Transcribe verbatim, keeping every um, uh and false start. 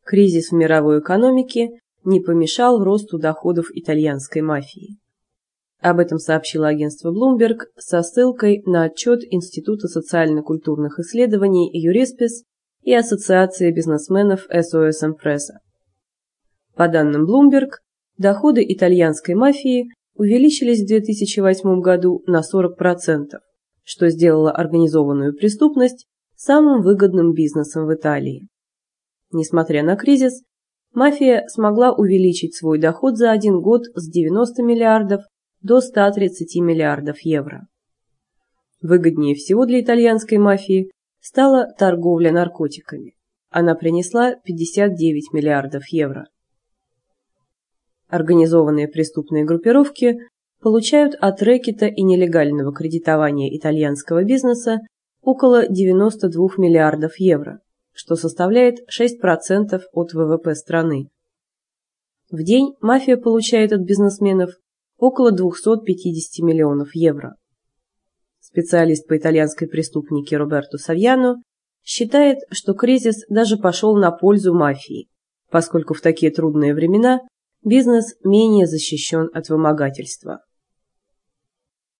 Кризис в мировой экономике не помешал росту доходов итальянской мафии. Об этом сообщило агентство Bloomberg со ссылкой на отчет Института социально-культурных исследований Юриспес и Ассоциации бизнесменов эс о эс Impresa. По данным Bloomberg, доходы итальянской мафии увеличились в две тысячи восьмом году на сорок процентов, что сделало организованную преступность самым выгодным бизнесом в Италии. Несмотря на кризис, мафия смогла увеличить свой доход за один год с девяноста миллиардов до ста тридцати миллиардов евро. Выгоднее всего для итальянской мафии стала торговля наркотиками. Она принесла пятьдесят девять миллиардов евро. Организованные преступные группировки получают от рэкета и нелегального кредитования итальянского бизнеса около девяноста двух миллиардов евро, что составляет шесть процентов от вэ вэ пэ страны. В день мафия получает от бизнесменов около двухсот пятидесяти миллионов евро. Специалист по итальянской преступнике Роберто Савьяно считает, что кризис даже пошел на пользу мафии, поскольку в такие трудные времена бизнес менее защищен от вымогательства.